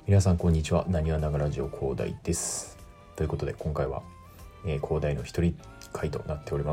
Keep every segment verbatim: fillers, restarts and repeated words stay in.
皆さんこんにちは。なにわながラジオ広大です。ということで今回は、えー、広大の一人会となっております。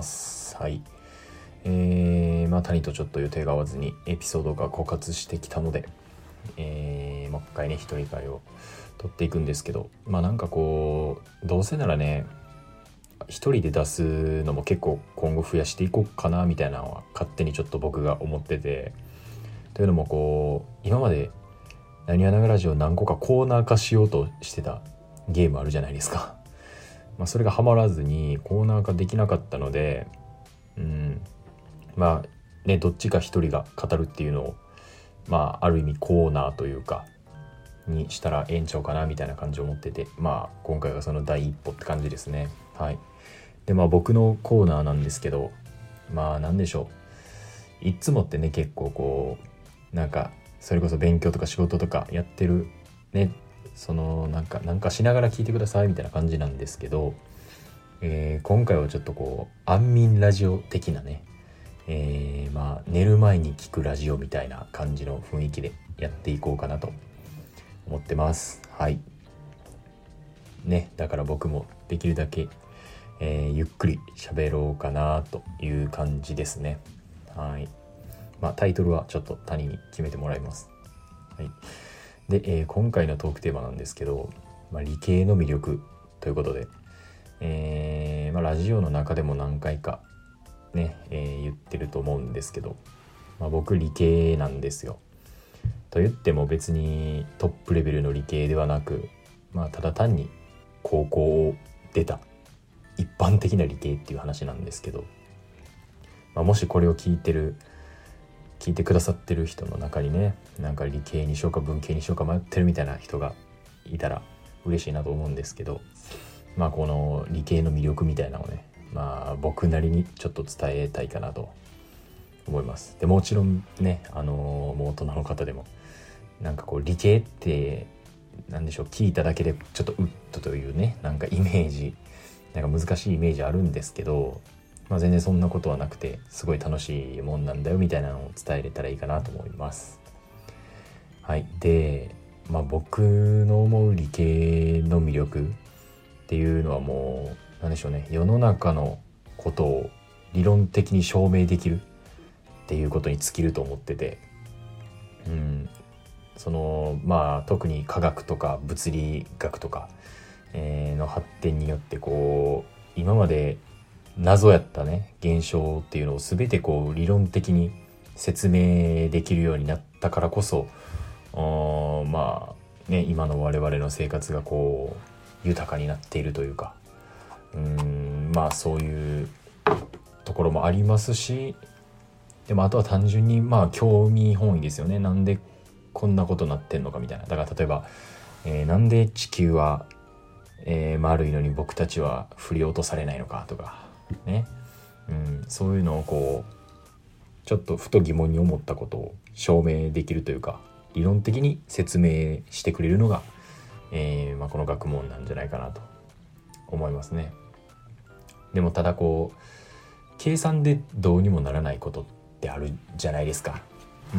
はい。えー、まあ谷とちょっと予定が合わずにエピソードが枯渇してきたので、えー、もう一回ね一人会を撮っていくんですけど、まあなんかこうどうせならね一人で出すのも結構今後増やしていこうかなみたいなのは勝手にちょっと僕が思ってて、というのもこう今までなにわながラジオ何個かコーナー化しようとしてたゲームあるじゃないですか。まあそれがハマらずにコーナー化できなかったので、うんまあねどっちか一人が語るっていうのをまあある意味コーナーというかにしたらええんちゃうかなみたいな感じを持ってて、まあ今回がその第一歩って感じですね。はい。でまあ僕のコーナーなんですけど、まあなんでしょう、いつもってね結構こうなんかそれこそ勉強とか仕事とかやってるね、そのなんかなんかしながら聞いてくださいみたいな感じなんですけど、えー、今回はちょっとこう安眠ラジオ的なね、えー、まあ寝る前に聞くラジオみたいな感じの雰囲気でやっていこうかなと思ってます。はいね、だから僕もできるだけ、えー、ゆっくり喋ろうかなという感じですね。はい。まあ、タイトルはちょっと谷に決めてもらいます。はい。で、えー、今回のトークテーマなんですけど、まあ、理系の魅力ということで、えーまあ、ラジオの中でも何回かね、えー、言ってると思うんですけど、まあ、僕理系なんですよ。と言っても別にトップレベルの理系ではなく、まあ、ただ単に高校を出た一般的な理系っていう話なんですけど、まあ、もしこれを聞いてる聞いてくださってる人の中にね、なんか理系にしようか文系にしようか迷ってるみたいな人がいたら嬉しいなと思うんですけど、まあこの理系の魅力みたいなのをね、まあ僕なりにちょっと伝えたいかなと思います。でもちろんね、あのもう大人の方でもなんかこう理系ってなんでしょう、聞いただけでちょっとウッとというね、なんかイメージ、なんか難しいイメージあるんですけど、まあ、全然そんなことはなくてすごい楽しいもんなんだよみたいなのを伝えれたらいいかなと思います。はい。で、まあ、僕の思う理系の魅力っていうのはもうなんでしょうね、世の中のことを理論的に証明できるっていうことに尽きると思ってて、うんそのまあ特に科学とか物理学とか、えー、の発展によってこう今まで謎やったね現象っていうのを全てこう理論的に説明できるようになったからこそ、まあね今の我々の生活がこう豊かになっているというか、うーんまあそういうところもありますし、でもあとは単純にまあ興味本位ですよね。なんでこんなことになってんのかみたいな。だから例えば、えー、なんで地球は、えー、丸いのに僕たちは振り落とされないのかとかね、うん、そういうのをこうちょっとふと疑問に思ったことを証明できるというか理論的に説明してくれるのが、えーまあ、この学問なんじゃないかなと思いますね。でもただこう計算でどうにもならないことってあるじゃないですか。うん、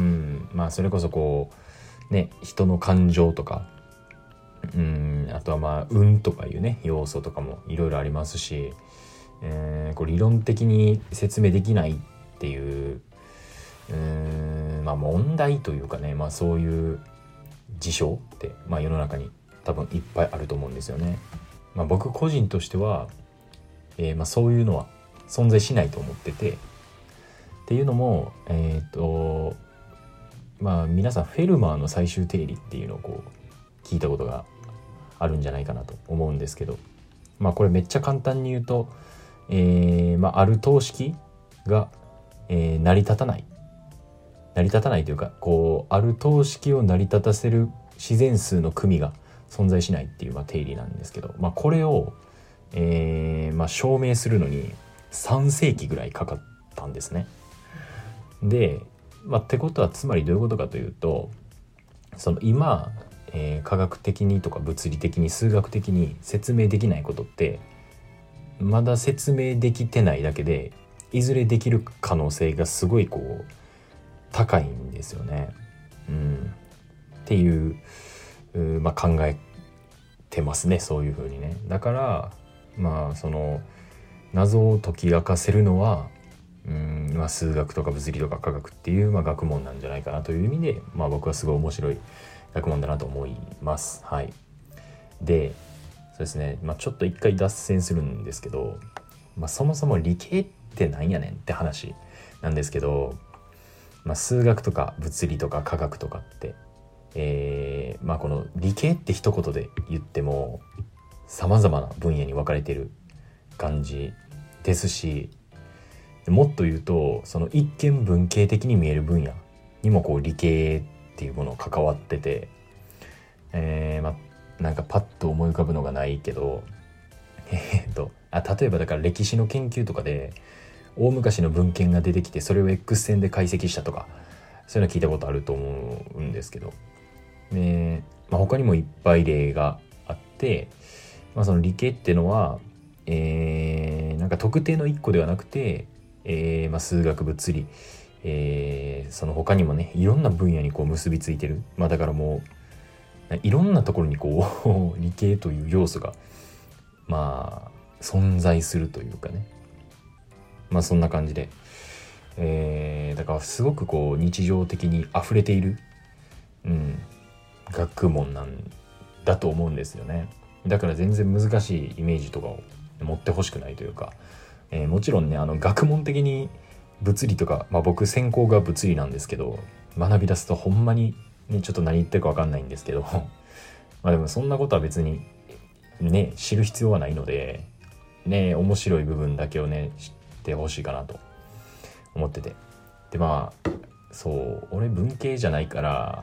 まあそれこそこうね人の感情とか、うんあとはまあ運とかいうね要素とかもいろいろありますし、えー、こう理論的に説明できないっていううーんまあ問題というかね、まあそういう事象って、まあ、世の中に多分いっぱいあると思うんですよね。まあ、僕個人としては、えーまあ、そういうのは存在しないと思ってて、っていうのもえっとまあ皆さんフェルマーの最終定理っていうのをこう聞いたことがあるんじゃないかなと思うんですけど、まあこれめっちゃ簡単に言うと、えーまあ、ある等式が、えー、成り立たない成り立たないというかこうある等式を成り立たせる自然数の組が存在しないっていう、まあ、定理なんですけど、まあ、これを、えーまあ、証明するのにさん世紀ぐらいかかったんですね。で、まあ、ってことはつまりどういうことかというと、その今、えー、科学的にとか物理的に数学的に説明できないことってまだ説明できてないだけでいずれできる可能性がすごいこう高いんですよね。うん、っていうまあ、考えてますね、そういう風にね。だからまあその謎を解き明かせるのはうん、まあ、数学とか物理とか科学っていう、まあ、学問なんじゃないかなという意味で、まあ、僕はすごい面白い学問だなと思います。はい。で、そうですね、まあ、ちょっと一回脱線するんですけど、まあ、そもそも理系ってなんやねんって話なんですけど、まあ、数学とか物理とか科学とかって、えーまあ、この理系って一言で言っても様々な分野に分かれている感じですし、もっと言うとその一見文系的に見える分野にもこう理系っていうものを関わってて、えー、まあなんかパッと思い浮かぶのがないけど、えー、っとあ例えばだから歴史の研究とかで大昔の文献が出てきてそれを X 線で解析したとか、そういうの聞いたことあると思うんですけど、で、まあ、他にもいっぱい例があって、まあ、その理系っていうのは、えー、なんか特定の一個ではなくて、えーまあ、数学物理、えー、その他にもねいろんな分野にこう結びついてる、まあ、だからもういろんなところにこう理系という要素がまあ存在するというかね、まあそんな感じで、えー、だからすごくこう日常的に溢れている、うん、学問なんだと思うんですよね。だから全然難しいイメージとかを持ってほしくないというか、えー、もちろんねあの学問的に物理とか、まあ、僕専攻が物理なんですけど、学び出すとほんまに、ね、ちょっと何言ってるか分かんないんですけどまあでもそんなことは別にね知る必要はないのでね、面白い部分だけをね知ってほしいかなと思ってて、でまあそう俺文系じゃないから、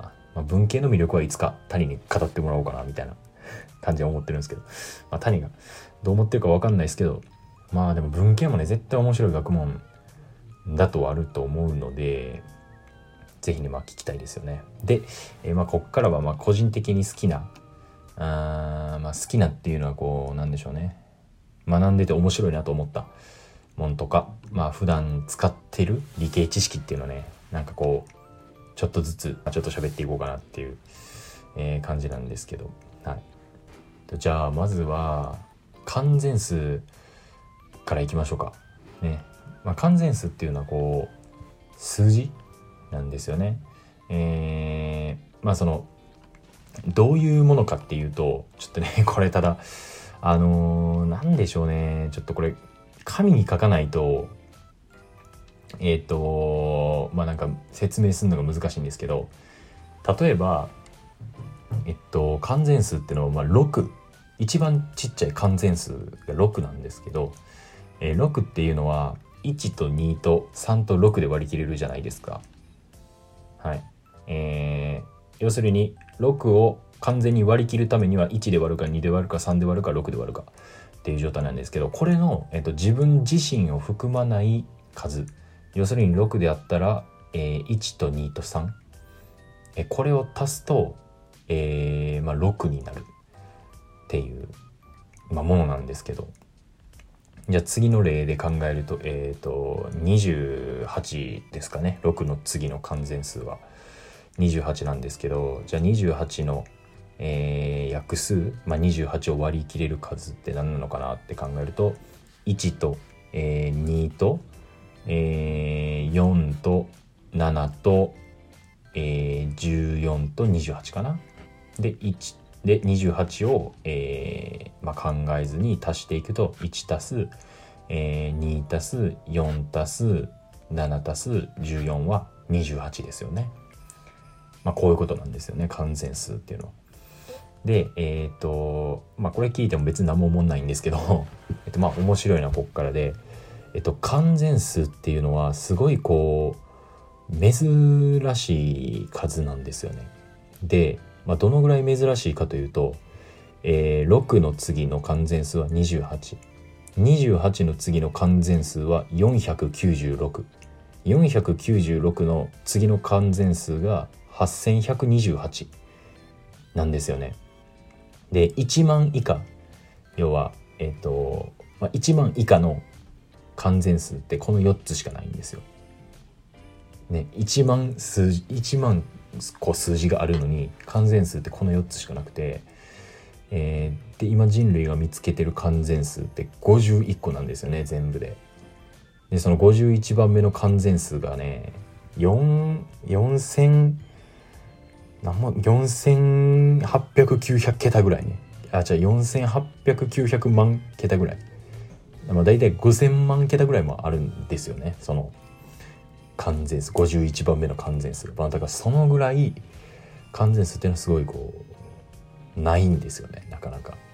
まあ、文系の魅力はいつか谷に語ってもらおうかなみたいな感じで思ってるんですけど、まあ、谷がどう思ってるか分かんないですけど、まあでも文系もね絶対面白い学問だとはあると思うので、ぜひねまあ聞きたいですよね。で、えー、まあこっからはまあ個人的に好きなあまあ好きなっていうのはこうなんでしょうね、学んでて面白いなと思ったもんとか、まあ普段使ってる理系知識っていうのね、なんかこうちょっとずつちょっと喋っていこうかなっていう、えー、感じなんですけど、はい。じゃあまずは完全数からいきましょうかね。まあ、完全数っていうのはこう数字なんですよね。えー、まあそのどういうものかっていうと、ちょっとねこれただあのー、なんでしょうね、ちょっとこれ紙に書かないとえっとまあなんか説明するのが難しいんですけど、例えばえっと完全数っていうのはまあろく、一番ちっちゃい完全数がろくなんですけど、えー、ろくっていうのはいちとにとさんとろくで割り切れるじゃないですか。はい。えー、要するにろくを完全に割り切るためにはいちで割るかにで割るかさんで割るかろくで割るかっていう状態なんですけど、これの、えっと、自分自身を含まない数、要するにろくであったら、えー、いちとにとさん、えこれを足すと、えーまあ、ろくになるっていう、まあ、ものなんですけど、じゃあ次の例で考えると、えっとにじゅうはちですかね。ろくの次の完全数はにじゅうはちなんですけど、じゃあにじゅうはちの、えー、約数、まあ、にじゅうはちを割り切れる数って何なのかなって考えると、いちと、えー、にと、えー、よんとななと、えー、じゅうよんとにじゅうはちかな。でいちでにじゅうはちを、えーまあ、考えずに足していくといち足す、えー、に足すよん足すなな足すじゅうよんはにじゅうはちですよね。まあこういうことなんですよね、完全数っていうのは。でえっ、ー、とまあこれ聞いても別に何も思んないんですけどえっとまあ面白いのはこっからで、えっと完全数っていうのはすごいこう珍しい数なんですよね。でまあ、どのぐらい珍しいかというと、えー、ろくの次の完全数はにじゅうはち、にじゅうはちの次の完全数はよんひゃくきゅうじゅうろく、よんひゃくきゅうじゅうろくの次の完全数がはっせんひゃくにじゅうはちなんですよね。でいちまん以下、要はえっ、ー、と、まあ、いちまん以下の完全数ってこのよっつしかないんですよ。ね、いちまん数いちまんこう数字があるのに完全数ってこのよっつしかなくて、えー、で今人類が見つけてる完全数ってごじゅういっこなんですよね、全部で。でそのごじゅういちばんめの完全数がねよん よんせんなんもよんせんはっぴゃくきゅうひゃくけたぐらいね。あ、じゃあよんせんはっぴゃくきゅうひゃくまんけたぐらい。まあ、だいたいごせんまんけたぐらいもあるんですよね、その完全数ごじゅういちばんめの完全数。まあ、だからそのぐらい完全数っていうのはすごいこうないんですよね、なかなか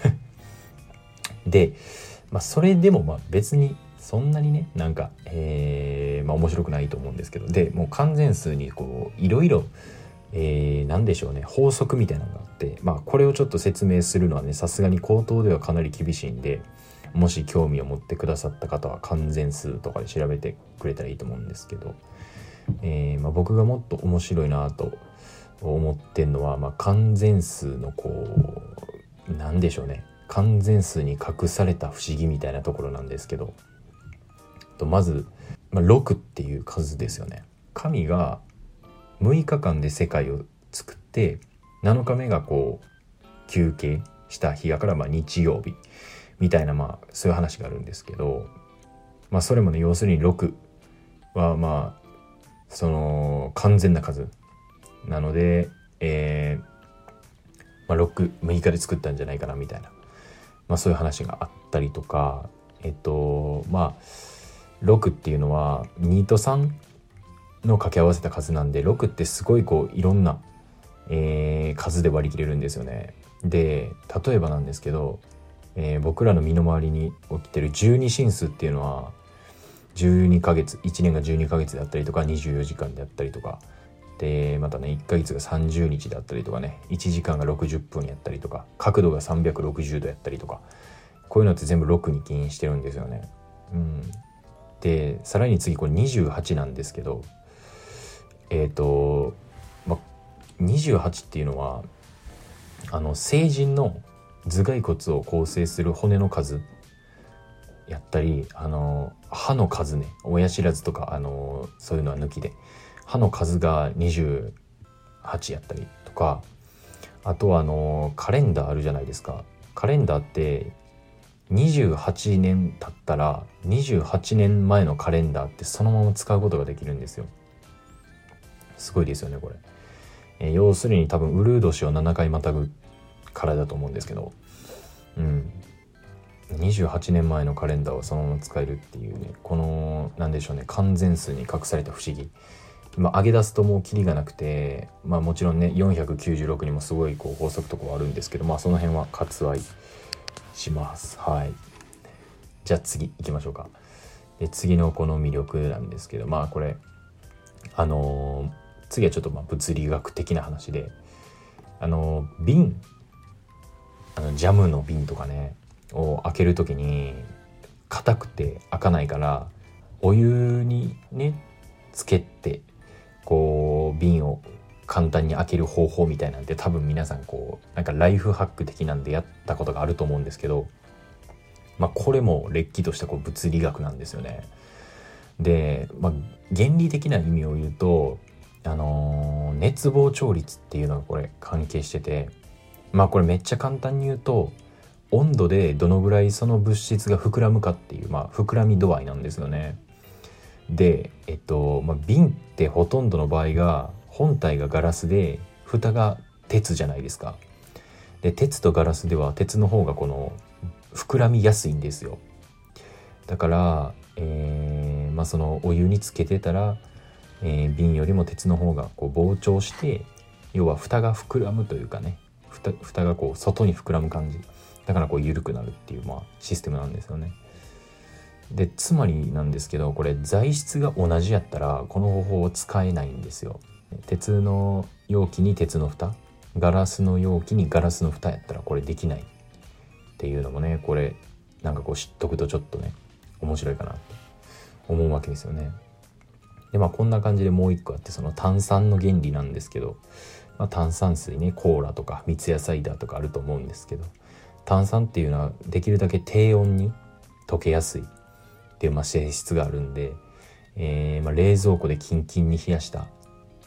で、まあ、それでもまあ別にそんなにねなんか、えーまあ、面白くないと思うんですけど、でもう完全数にこういろいろえー、なんでしょうね、法則みたいなのがあって、まあこれをちょっと説明するのはねさすがに口頭ではかなり厳しいんで、もし興味を持ってくださった方は完全数とかで調べてくれたらいいと思うんですけど、えーまあ、僕がもっと面白いなと思ってんのは、まあ、完全数のこうなんでしょうね、完全数に隠された不思議みたいなところなんですけど、とまず、まあ、ろくっていう数ですよね。神がむいかかんで世界を作ってなのかめがこう休憩した日だから、まあ日曜日みたいな、まあそういう話があるんですけど、まあそれもね要するにろくはまあその完全な数なので、えーまあ、ろく、むいかで作ったんじゃないかなみたいな、まあそういう話があったりとか、えっとまあろくっていうのはにとさんの掛け合わせた数なんで、ろくってすごいこういろんな、えー、数で割り切れるんですよね。で例えばなんですけど、えー、僕らの身の回りに起きてるじゅうに進数っていうのはじゅうにかげつ、いちねんがじゅうにかげつであったりとかにじゅうよじかんであったりとかで、またねいっかげつがさんじゅうにちであったりとかね、いちじかんがろくじゅっぷんやったりとか、角度がさんびゃくろくじゅうどやったりとか、こういうのって全部ろくに起因してるんですよね。うん、でさらに次これにじゅうはちなんですけど、えーとま、にじゅうはちっていうのはあの成人の頭蓋骨を構成する骨の数やったり、あの歯の数ね、親知らずとかあのそういうのは抜きで歯の数がにじゅうはちやったりとか、あとはあのカレンダーあるじゃないですか。カレンダーってにじゅうはちねん経ったらにじゅうはちねんまえのカレンダーってそのまま使うことができるんですよ。すごいですよねこれ、えー、要するに多分ウルー年をななかいまたぐからだと思うんですけど、うんにじゅうはちねんまえのカレンダーをそのまま使えるっていうね、このなんでしょうね、完全数に隠された不思議、まあ、上げ出すともうキリがなくて、まあもちろんねよんひゃくきゅうじゅうろくにもすごいこう法則とかはあるんですけど、まあその辺は割愛します。はい、じゃあ次行きましょうか。で次のこの魅力なんですけど、まあこれあのー、次はちょっとまあ物理学的な話で、あのー、瓶あのジャムの瓶とかねを開けるときに硬くて開かないから、お湯にねつけてこう瓶を簡単に開ける方法みたいなんて多分皆さんこうなんかライフハック的なんでやったことがあると思うんですけど、まあこれもれっきとしたこう物理学なんですよね。で、まあ、原理的な意味を言うと、あのー、熱膨張率っていうのがこれ関係してて、まあこれめっちゃ簡単に言うと温度でどのぐらいその物質が膨らむかっていう、まあ膨らみ度合いなんですよね。で、えっと、まあ、瓶ってほとんどの場合が本体がガラスで蓋が鉄じゃないですか。で、鉄とガラスでは鉄の方がこの膨らみやすいんですよ。だから、えーまあ、そのお湯につけてたら、えー、瓶よりも鉄の方がこう膨張して、要は蓋が膨らむというかね、蓋、蓋がこう外に膨らむ感じだからこう緩くなるっていう、まあ、システムなんですよね。でつまりなんですけど、これ材質が同じやったらこの方法を使えないんですよ。鉄の容器に鉄の蓋、ガラスの容器にガラスの蓋やったらこれできないっていうのもね、これなんかこう知っとくとちょっとね面白いかなと思うわけですよね。でまあこんな感じでもう一個あって、その炭酸の原理なんですけど、まあ、炭酸水ね、コーラとか三ツ矢サイダーとかあると思うんですけど、炭酸っていうのはできるだけ低温に溶けやすいっていうまあ性質があるんで、えーまあ、冷蔵庫でキンキンに冷やした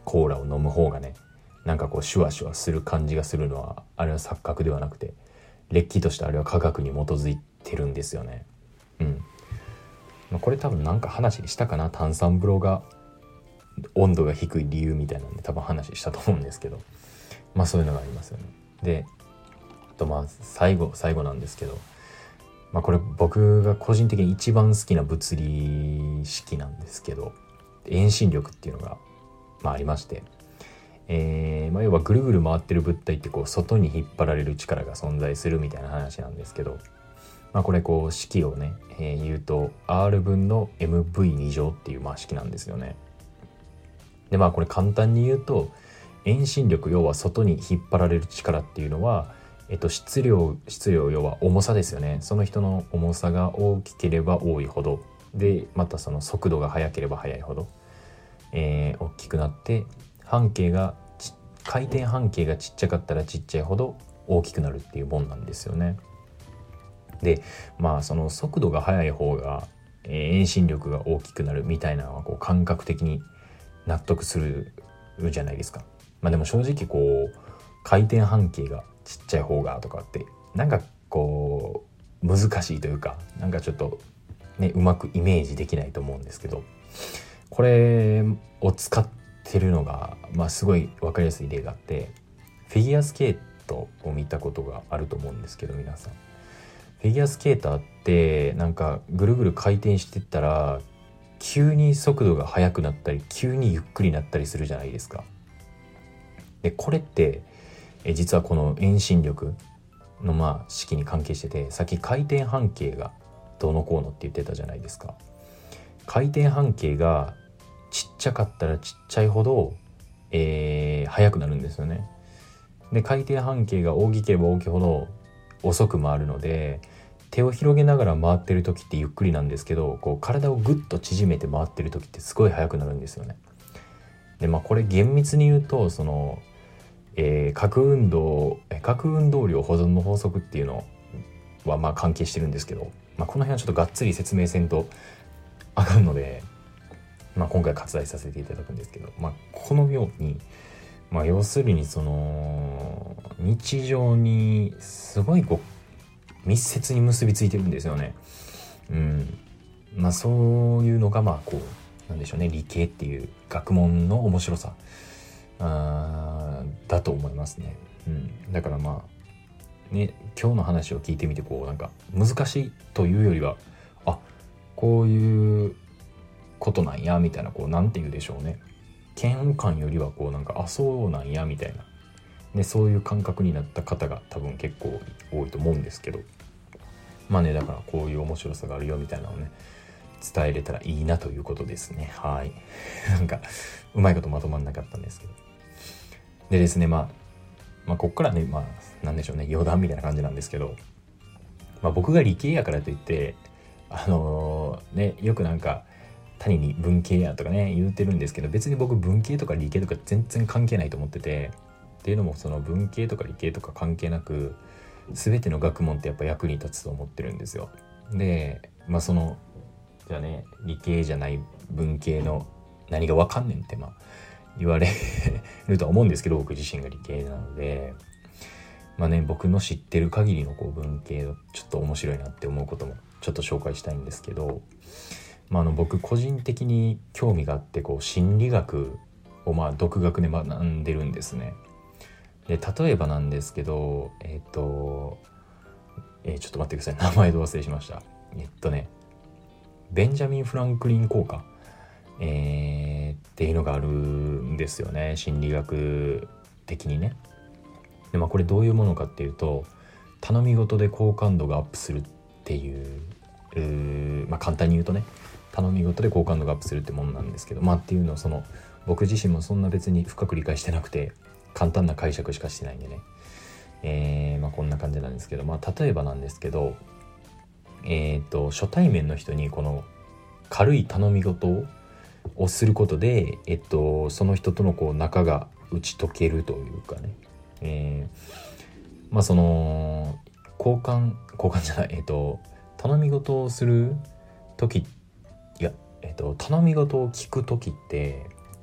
コーラを飲む方がねなんかこうシュワシュワする感じがするのはあれは錯覚ではなくて、れっきとしてあれは科学に基づいてるんですよね。うん、まあ、これ多分なんか話したかな、炭酸風呂が温度が低い理由みたいなんで多分話したと思うんですけど、まあそういうのがありますよね。でとまあ最後最後なんですけど、まあこれ僕が個人的に一番好きな物理式なんですけど、遠心力っていうのが、まあ、ありまして、えーまあ、要はぐるぐる回ってる物体ってこう外に引っ張られる力が存在するみたいな話なんですけど、まあ、これこう式をね、えー、言うと R 分の エムブイに 乗っていうまあ式なんですよね。でまあこれ簡単に言うと遠心力、要は外に引っ張られる力っていうのは、えっと、質量質量要は重さですよね。その人の重さが大きければ多いほどで、またその速度が速ければ速いほど、えー、大きくなって、半径が回転半径がちっちゃかったらちっちゃいほど大きくなるっていうもんなんですよね。でまあその速度が速い方が、えー、遠心力が大きくなるみたいなのはこう感覚的に納得するじゃないですか。まあでも正直こう回転半径がちっちゃい方がとかってなんかこう難しいというか、なんかちょっとねうまくイメージできないと思うんですけど、これを使ってるのが、まあ、すごい分かりやすい例があって、フィギュアスケートを見たことがあると思うんですけど、皆さんフィギュアスケーターってなんかぐるぐる回転してったら急に速度が速くなったり急にゆっくりなったりするじゃないですか。でこれってえ実はこの遠心力のまあ式に関係してて、さっき回転半径がどうのこうのって言ってたじゃないですか。回転半径がちっちゃかったらちっちゃいほど、えー、速くなるんですよね。で回転半径が大きければ大きいほど遅く回るので、手を広げながら回ってる時ってゆっくりなんですけど、こう体をグッと縮めて回ってる時ってすごい速くなるんですよね。でまあこれ厳密に言うとその、えー、核運動核運動量保存の法則っていうのはまあ関係してるんですけど、まあ、この辺はちょっとがっつり説明せんとあかんので、まあ、今回割愛させていただくんですけど、まあ、このように、まあ、要するにその日常にすごいこう密接に結びついてるんですよね。うん、まあそういうのがまあこうなんでしょうね、理系っていう学問の面白さあだと思いますね。うん、だからまあね、今日の話を聞いてみてこうなんか難しいというよりは、あこういうことなんやみたいな、こうなんて言うでしょうね、嫌悪感よりはこうなんかあそうなんやみたいな、ね、そういう感覚になった方が多分結構多いと思うんですけど、まあねだからこういう面白さがあるよみたいなのをね伝えれたらいいなということですね。はいなんかうまいことまとまんなかったんですけど、でですね、まあまあこっからね、まあなんでしょうね、余談みたいな感じなんですけど、まあ僕が理系やからといってあのー、ねよくなんか他人に文系やとかね言うてるんですけど、別に僕文系とか理系とか全然関係ないと思ってて、っていうのもその文系とか理系とか関係なく全ての学問ってやっぱ役に立つと思ってるんですよ。でまあそのじゃあね理系じゃない文系の何がわかんねんってまあ言われるとは思うんですけど、僕自身が理系なのでまあね僕の知ってる限りのこう文系のちょっと面白いなって思うこともちょっと紹介したいんですけど、まあ、あの僕個人的に興味があってこう心理学をまあ独学で学んでるんですね。で例えばなんですけどえっと、えー、ちょっと待ってください、名前で忘れしました。えっとねベンジャミン・フランクリン効果、えー、っていうのがあるんですよね、心理学的にね。でまあこれどういうものかっていうと、頼み事で好感度がアップするっていう、うーまあ簡単に言うとね頼み事で好感度がアップするってものなんですけど、まあっていうのをその僕自身もそんな別に深く理解してなくて簡単な解釈しかしてないんでね、えー、まあこんな感じなんですけど、まあ例えばなんですけど、えーと初対面の人にこの軽い頼み事をすることで、えっとその人とのこう仲が打ち解けるというかね、えー、まあその交換交換じゃないえっと頼み事をする時いや、えっと、頼み事を聞く時って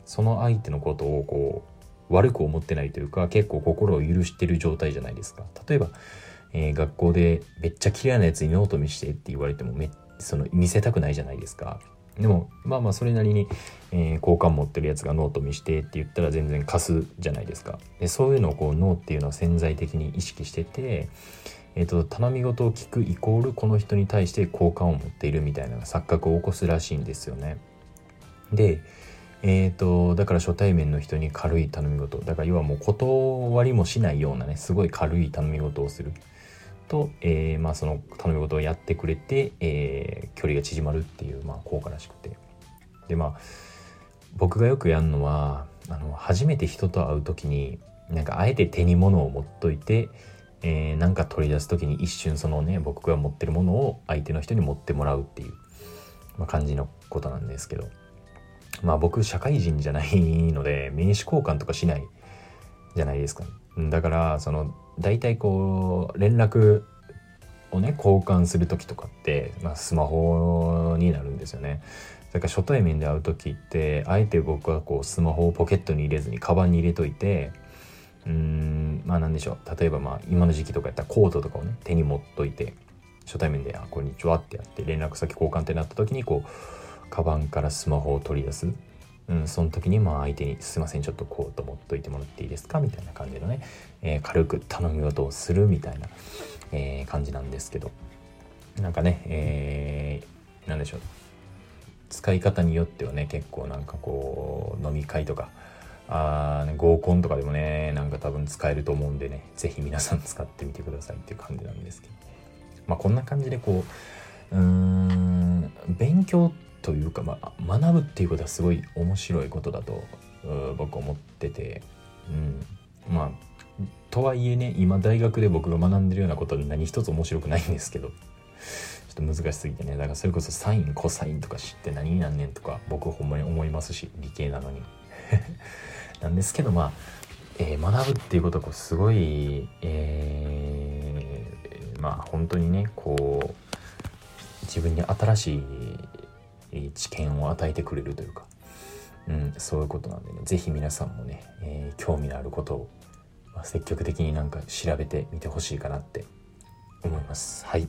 その相手のことをこう悪く思ってないというか、結構心を許してる状態じゃないですか。例えば、えー、学校でめっちゃ嫌いなやつにノート見してって言われてもめその見せたくないじゃないですか。でもまあまあそれなりに、えー、好感持ってるやつがノート見してって言ったら全然貸すじゃないですか。でそういうのをこうノーっていうのを潜在的に意識してて、えーと、頼み事を聞くイコールこの人に対して好感を持っているみたいな錯覚を起こすらしいんですよね。でえーとだから初対面の人に軽い頼み事、だから要はもう断りもしないようなね、すごい軽い頼み事をすると、えー、まあその頼み事をやってくれて、えー、距離が縮まるっていう、まあ、効果らしくて、でまあ僕がよくやるのは、あの初めて人と会う時になんかあえて手に物を持っといて、えー、なんか取り出す時に一瞬そのね、僕が持ってるものを相手の人に持ってもらうっていう、まあ、感じのことなんですけど、まあ僕社会人じゃないので名刺交換とかしないじゃないですか。だからその大体こう連絡をね交換する時とかって、まあ、スマホになるんですよね。だから初対面で会う時ってあえて僕はこうスマホをポケットに入れずにカバンに入れといて、うーんまあなんでしょう、例えばまあ今の時期とかやったらコートとかをね手に持っといて、初対面で「あこんにちは」ってやって連絡先交換ってなった時にこうカバンからスマホを取り出す、うん、その時にまあ相手に「すいませんちょっとコート持っといてもらっていいですか」みたいな感じのね、えー、軽く頼み事をするみたいな、えー、感じなんですけど、なんかね、えー、なんでしょう、使い方によってはね結構なんかこう飲み会とかあ、ね、合コンとかでもねなんか多分使えると思うんでね、ぜひ皆さん使ってみてくださいっていう感じなんですけど、まあこんな感じでこううーん勉強というか、まあ、学ぶっていうことはすごい面白いことだと僕思ってて、うん、まあとはいえね今大学で僕が学んでるようなことで何一つ面白くないんですけど、ちょっと難しすぎてね、だからそれこそサインコサインとか知って何になんねんとか僕ほんまに思いますし、理系なのになんですけど、まあ、えー、学ぶっていうことはこうすごい、えー、まあ本当にねこう自分に新しい知見を与えてくれるというか、うん、そういうことなんでね、ぜひ皆さんもね、えー、興味のあることを、まあ、積極的になんか調べてみてほしいかなって思います。はい。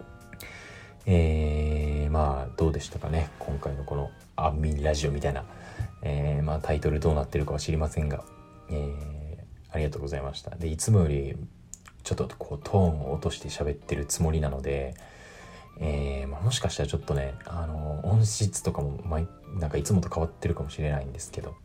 えー、まあどうでしたかね、今回のこのアンミンラジオみたいな、えー、まあタイトルどうなってるかは知りませんが、えー、ありがとうございました。でいつもよりちょっとこうトーンを落として喋ってるつもりなので、えーまあ、もしかしたらちょっとねあの音質とかも、まあ、なんかいつもと変わってるかもしれないんですけど、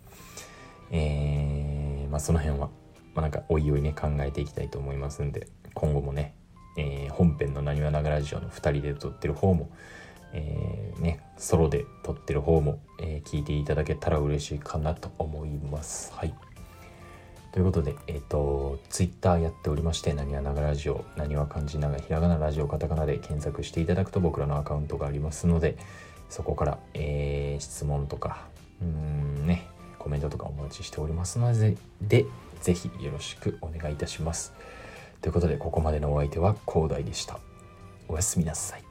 えーまあ、その辺は、まあ、なんかおいおいね考えていきたいと思いますんで、今後もね、えー、本編のなにわながラジオのふたりで撮ってる方も、えー、ねソロで撮ってる方も、えー、聞いていただけたら嬉しいかなと思います。はい。ということで、えっと、ツイッターやっておりまして、なにわながラジオ、なにわ漢字ながひらがなラジオカタカナで検索していただくと僕らのアカウントがありますので、そこから、えー、質問とか、うーんね、コメントとかお待ちしておりますので、で、ぜひよろしくお願いいたします。ということで、ここまでのお相手は広大でした。おやすみなさい。